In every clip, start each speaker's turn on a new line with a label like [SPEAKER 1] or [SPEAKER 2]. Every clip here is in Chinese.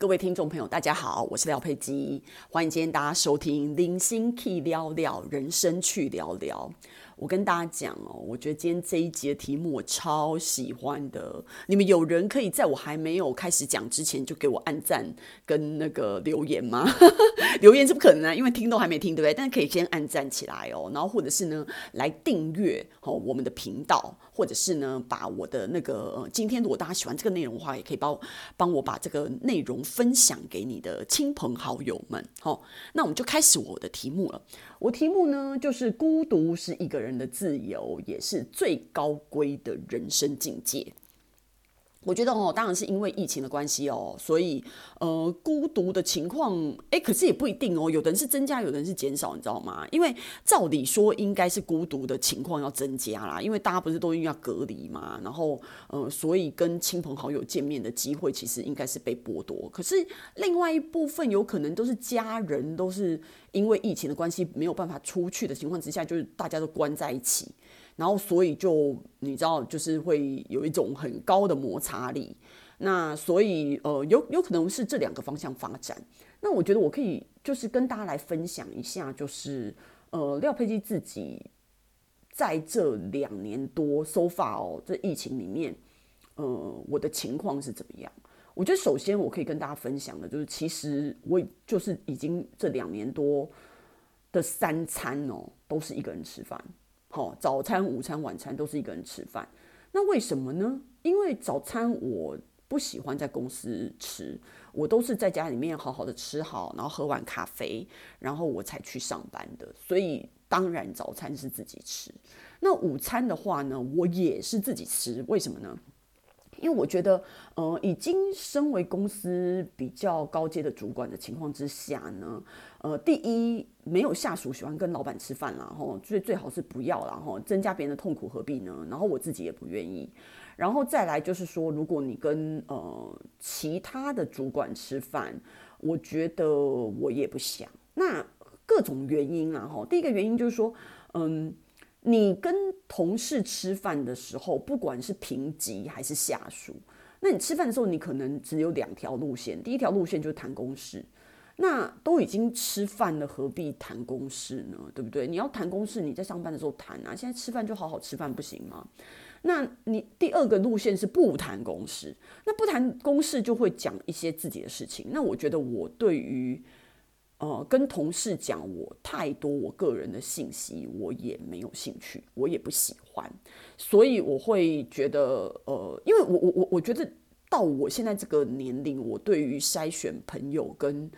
[SPEAKER 1] 各位听众朋友，大家好，我是廖佩基，欢迎今天大家收听零星 K 聊聊人生去聊聊。我跟大家讲哦，我觉得今天这一集的题目我超喜欢的。你们有人可以在我还没有开始讲之前就给我按赞跟那个留言吗？留言是不可能啊，因为听都还没听，对不对？但是可以先按赞起来哦，然后或者是呢来订阅我们的频道，或者是呢把我的那个今天如果大家喜欢这个内容的话，也可以帮我把这个内容分享给你的亲朋好友们。那我们就开始我的题目了。我题目呢就是孤独是一个人的自由，也是最高贵的人生境界。我觉得当然是因为疫情的关系所以孤独的情况，可是也不一定有的人是增加，有的人是减少，你知道吗？因为照理说应该是孤独的情况要增加啦，因为大家不是都因为要隔离嘛，然后所以跟亲朋好友见面的机会其实应该是被剥夺。可是另外一部分有可能都是家人，都是因为疫情的关系没有办法出去的情况之下，就是大家都关在一起。然后所以就你知道，就是会有一种很高的摩擦力。那所以有可能是这两个方向发展。那我觉得我可以就是跟大家来分享一下，就是廖佩基自己在这2年多 so far 这疫情里面，我的情况是怎么样？我觉得首先我可以跟大家分享的就是，其实我就是已经这2年多的3餐都是一个人吃饭。早餐、午餐、晚餐都是一个人吃饭。那为什么呢？因为早餐我不喜欢在公司吃，我都是在家里面好好的吃好，然后喝完咖啡，然后我才去上班的。所以当然早餐是自己吃。那午餐的话呢，我也是自己吃。为什么呢？因为我觉得，已经身为公司比较高阶的主管的情况之下呢，第一，没有下属喜欢跟老板吃饭啦，最好是不要啦，增加别人的痛苦何必呢？然后我自己也不愿意。然后再来就是说，如果你跟其他的主管吃饭，我觉得我也不想。那各种原因啦，第一个原因就是说，你跟同事吃饭的时候，不管是平级还是下属，那你吃饭的时候，你可能只有2条路线。第一条路线就是谈公事，那都已经吃饭了，何必谈公事呢？对不对？你要谈公事，你在上班的时候谈啊。现在吃饭就好好吃饭，不行吗？那你第2个路线是不谈公事，那不谈公事就会讲一些自己的事情。那我觉得我对于跟同事讲我太多我个人的信息，我也没有兴趣，我也不喜欢，所以我会觉得因为我觉得到我现在这个年龄，我对于筛选朋友跟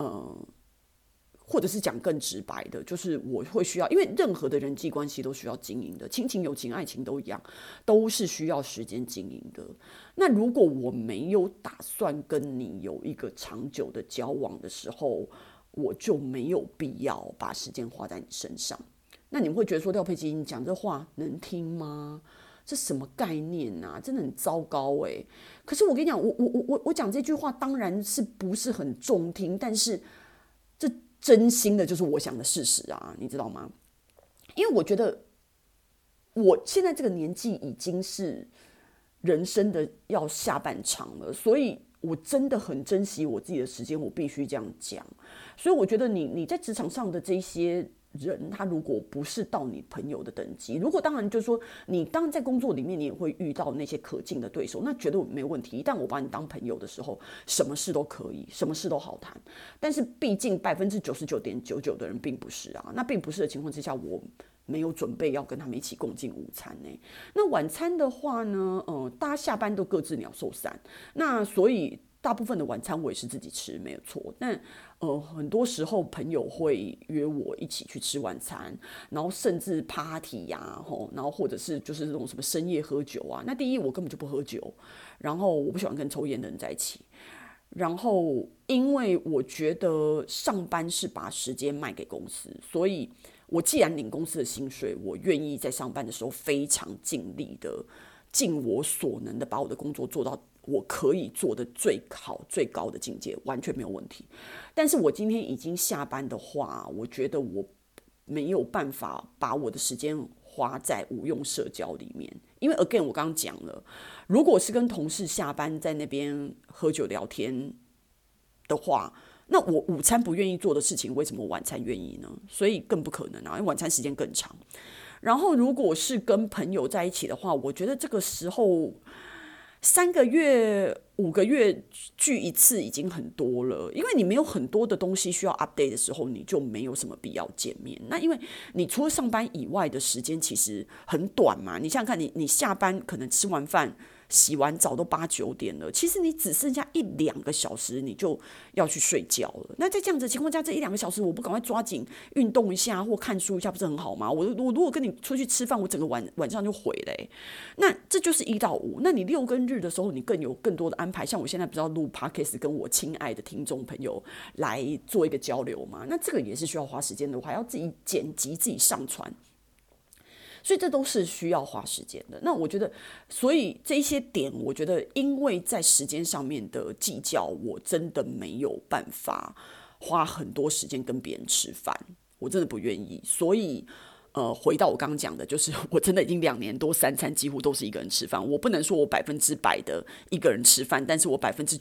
[SPEAKER 1] 或者是讲更直白的，就是我会需要，因为任何的人际关系都需要经营的，亲情、友情、爱情都一样，都是需要时间经营的。那如果我没有打算跟你有一个长久的交往的时候，我就没有必要把时间花在你身上。那你们会觉得说，廖佩基，你讲这话能听吗？这什么概念啊？真的很糟糕欸。可是我跟你讲，我讲这句话当然是不是很中听，但是这真心的就是我想的事实啊，你知道吗？因为我觉得我现在这个年纪已经是人生的要下半场了，所以我真的很珍惜我自己的时间，我必须这样讲。所以我觉得你在职场上的这些人，他如果不是到你朋友的等级，如果当然就是说你当然在工作里面你也会遇到那些可敬的对手，那绝对没问题。但我把你当朋友的时候，什么事都可以，什么事都好谈。但是毕竟99.99%的人并不是啊，那并不是的情况之下，我没有准备要跟他们一起共进午餐呢。那晚餐的话呢，大家下班都各自鸟兽散，那所以大部分的晚餐我也是自己吃，没有错。但很多时候朋友会约我一起去吃晚餐，然后甚至 party 呀，然后或者是就是那种什么深夜喝酒啊。那第一我根本就不喝酒，然后我不喜欢跟抽烟的人在一起。然后因为我觉得上班是把时间卖给公司，所以我既然领公司的薪水，我愿意在上班的时候非常尽力的尽我所能的把我的工作做到我可以做的最好最高的境界，完全没有问题。但是我今天已经下班的话，我觉得我没有办法把我的时间花在无用社交里面。因为 again 我刚刚讲了，如果是跟同事下班在那边喝酒聊天， 的话，那我午餐不愿意做的事情，为什么晚餐愿意呢？所以更不可能啊，因为晚餐时间更长。然后如果是跟朋友在一起的话，我觉得这个时候3个月、5个月聚一次已经很多了，因为你没有很多的东西需要 update 的时候，你就没有什么必要见面。那因为你除了上班以外的时间其实很短嘛，你想想看你下班可能吃完饭洗完澡都8、9点了，其实你只剩下1、2个小时你就要去睡觉了。那在这样子的情况下，这1、2个小时我不赶快抓紧运动一下或看书一下，不是很好吗？我如果跟你出去吃饭，我整个晚上就毁了欸。那这就是1到5。那你6跟日的时候，你有更多的安排。像我现在不是要录 podcast 跟我亲爱的听众朋友来做一个交流嘛？那这个也是需要花时间的，我还要自己剪辑、自己上传。所以这都是需要花时间的。那我觉得，所以这些点，我觉得因为在时间上面的计较，我真的没有办法花很多时间跟别人吃饭，我真的不愿意。所以回到我刚刚讲的，就是我真的已经2年多3餐几乎都是一个人吃饭。我不能说我100%的一个人吃饭，但是我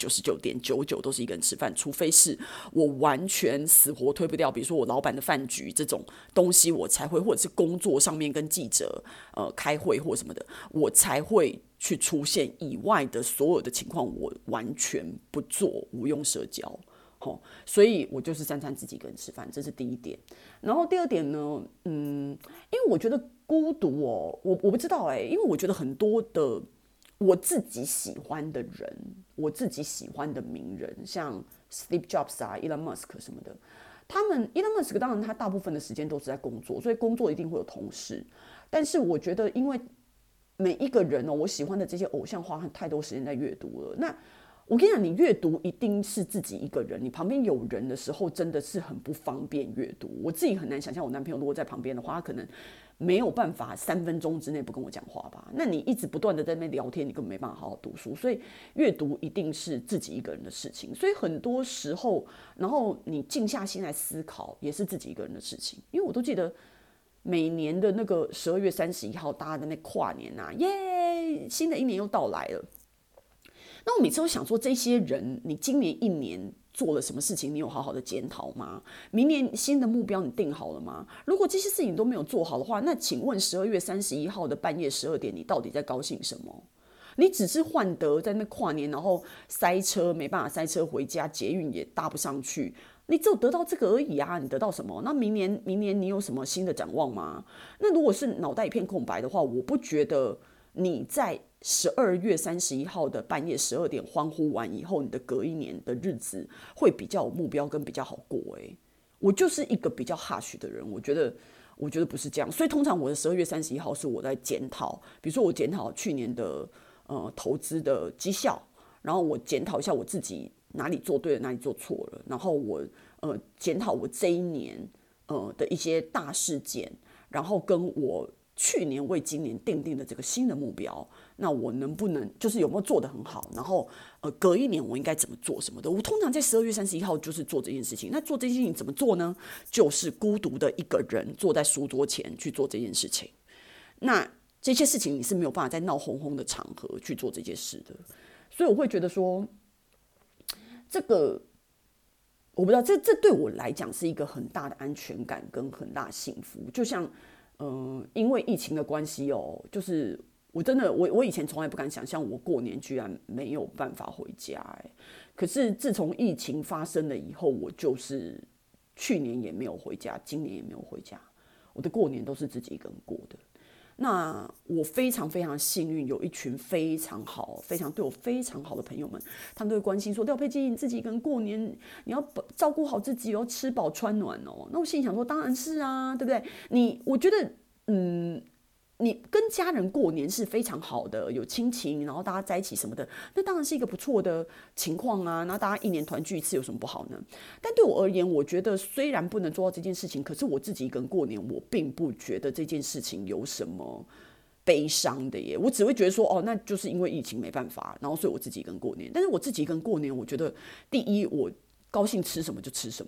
[SPEAKER 1] 99.99%都是一个人吃饭，除非是我完全死活推不掉，比如说我老板的饭局这种东西，我才会，或者是工作上面跟记者开会或什么的，我才会去出现。以外的所有的情况，我完全不做，无用社交。所以我就是3餐自己一个人吃饭，这是第一点。然后第二点呢，因为我觉得孤独我不知道因为我觉得很多的我自己喜欢的人，我自己喜欢的名人，像 Steve Jobs 啊、Elon Musk 什么的，Elon Musk 当然他大部分的时间都是在工作，所以工作一定会有同事。但是我觉得，因为每一个人我喜欢的这些偶像花太多时间在阅读了，那我跟你讲，你阅读一定是自己一个人，你旁边有人的时候真的是很不方便阅读。我自己很难想象，我男朋友如果在旁边的话，他可能没有办法3分钟之内不跟我讲话吧。那你一直不断的在那边聊天，你根本没办法好好读书。所以阅读一定是自己一个人的事情。所以很多时候，然后你静下心来思考，也是自己一个人的事情。因为我都记得每年的那个12月31号，大家在那跨年啊，耶，新的一年又到来了。那我每次都想说，这些人，你今年1年做了什么事情？你有好好的检讨吗？明年新的目标你定好了吗？如果这些事情都没有做好的话，那请问12月31号的半夜12点，你到底在高兴什么？你只是换得在那跨年，然后塞车没办法塞车回家，捷运也搭不上去，你只有得到这个而已啊！你得到什么？那明年你有什么新的展望吗？那如果是脑袋一片空白的话，我不觉得你在12月31号的半夜12点欢呼完以后，你的隔一年的日子会比较有目标跟比较好过。我就是一个比较 harsh 的人，我觉得不是这样。所以通常我的12月31号是我在检讨，比如说我检讨去年的投资的绩效，然后我检讨一下我自己哪里做对了，哪里做错了，然后我检讨我这一年的一些大事件，然后跟我去年为今年定的这个新的目标，那我能不能就是有没有做得很好，然后隔一年我应该怎么做什么的。我通常在12月31号就是做这件事情。那做这件事情怎么做呢？就是孤独的一个人坐在书桌前去做这件事情。那这些事情你是没有办法在闹哄哄的场合去做这件事的。所以我会觉得说，这个我不知道，这对我来讲是一个很大的安全感跟很大的幸福。就像因为疫情的关系就是我真的我以前从来不敢想象我过年居然没有办法回家可是自从疫情发生了以后，我就是去年也没有回家，今年也没有回家，我的过年都是自己一个人过的。那我非常非常幸运，有一群非常好、对我非常好的朋友们，他们都会关心说：“廖佩基，你自己一个人过年，你要照顾好自己哦，吃饱穿暖哦。”那我心里想说：“当然是啊，对不对？我觉得，你跟家人过年是非常好的，有亲情，然后大家在一起什么的，那当然是一个不错的情况啊。那大家1年团聚一次有什么不好呢？但对我而言，我觉得虽然不能做到这件事情，可是我自己一个人过年，我并不觉得这件事情有什么悲伤的耶。我只会觉得说，那就是因为疫情没办法，然后所以我自己一个人过年。但是我自己一个人过年，我觉得第一，我高兴吃什么就吃什么。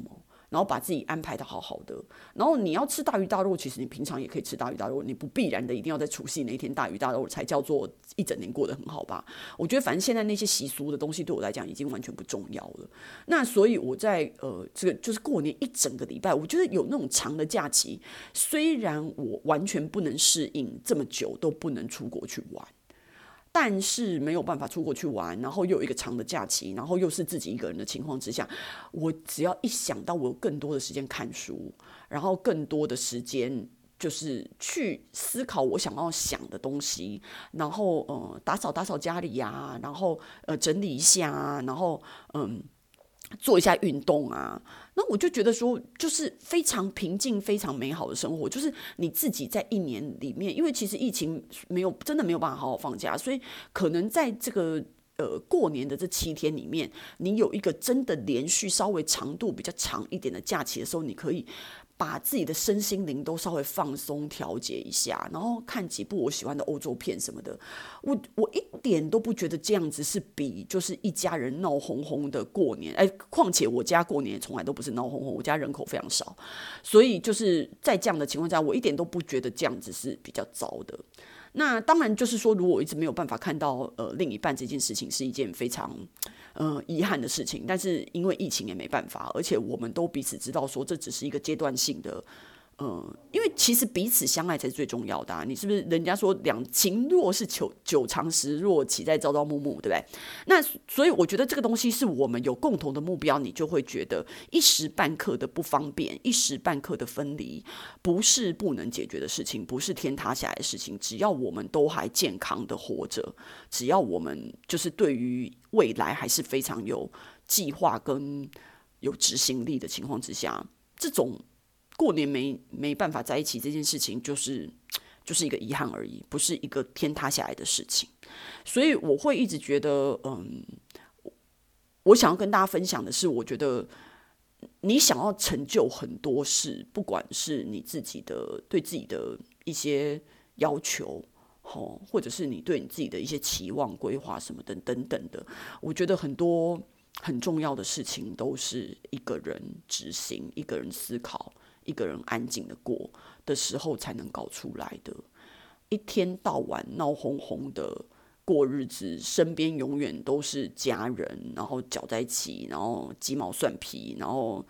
[SPEAKER 1] 然后把自己安排的好好的。然后你要吃大鱼大肉，其实你平常也可以吃大鱼大肉，你不必然的一定要在除夕那一天大鱼大肉才叫做一整年过得很好吧。我觉得反正现在那些习俗的东西对我来讲已经完全不重要了。那所以我在这个就是过年一整个礼拜，我觉得有那种长的假期，虽然我完全不能适应这么久都不能出国去玩，但是没有办法出国去玩，然后又有一个长的假期，然后又是自己一个人的情况之下，我只要一想到我有更多的时间看书，然后更多的时间就是去思考我想要想的东西，然后打扫家里啊，然后整理一下啊，然后做一下运动啊，那我就觉得说，就是非常平静、非常美好的生活。就是你自己在一年里面，因为其实疫情真的没有办法好好放假，所以可能在这个过年的这7天里面，你有一个真的连续稍微长度比较长一点的假期的时候，你可以把自己的身心灵都稍微放松调节一下，然后看几部我喜欢的欧洲片什么的。我一点都不觉得这样子是比就是一家人闹哄哄的过年，况且我家过年从来都不是闹哄哄，我家人口非常少，所以就是在这样的情况下，我一点都不觉得这样子是比较糟的。那当然就是说，如果我一直没有办法看到另一半这件事情是一件非常遗憾的事情，但是因为疫情也没办法，而且我们都彼此知道说这只是一个阶段性的。因为其实彼此相爱才是最重要的你是不是？人家说两情若是久长时若，岂在朝朝暮暮，对不对？那所以我觉得这个东西是我们有共同的目标，你就会觉得一时半刻的不方便，一时半刻的分离，不是不能解决的事情，不是天塌下来的事情。只要我们都还健康的活着，只要我们就是对于未来还是非常有计划跟有执行力的情况之下，这种过年没办法在一起这件事情，就是一个遗憾而已，不是一个天塌下来的事情。所以我会一直觉得，我想要跟大家分享的是，我觉得你想要成就很多事，不管是你自己的对自己的一些要求，或者是你对你自己的一些期望、规划什么的等等的，我觉得很多很重要的事情都是一个人执行、一个人思考、一个人安静的过的时候才能搞出来的。一天到晚闹哄哄的过日子，身边永远都是家人，然后搅在一起，然后鸡毛蒜皮，然后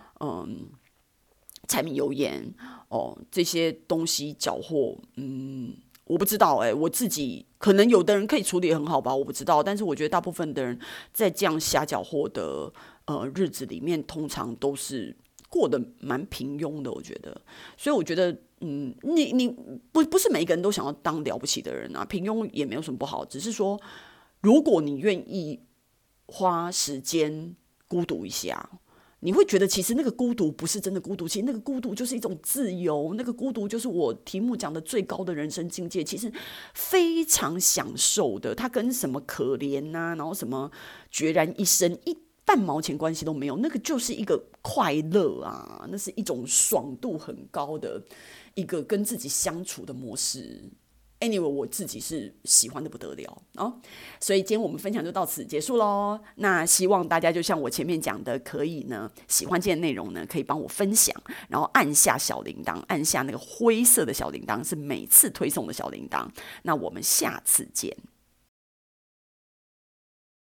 [SPEAKER 1] 柴米油盐这些东西搅和，我不知道我自己可能有的人可以处理很好吧，我不知道。但是我觉得大部分的人在这样瞎搅和的日子里面，通常都是过得蛮平庸的，我觉得。所以我觉得，你不是每一个人都想要当了不起的人啊，平庸也没有什么不好，只是说，如果你愿意花时间孤独一下。你会觉得其实那个孤独不是真的孤独，其实那个孤独就是一种自由，那个孤独就是我题目讲的最高的人生境界，其实非常享受的。它跟什么可怜然后什么决然一生一半毛钱关系都没有，那个就是一个快乐啊，那是一种爽度很高的一个跟自己相处的模式。Anyway， 我自己是喜欢的不得了所以今天我们分享就到此结束咯。那希望大家就像我前面讲的，可以呢喜欢今天的内容呢，可以帮我分享，然后按下小铃铛，按下那个灰色的小铃铛，是每次推送的小铃铛。那我们下次见。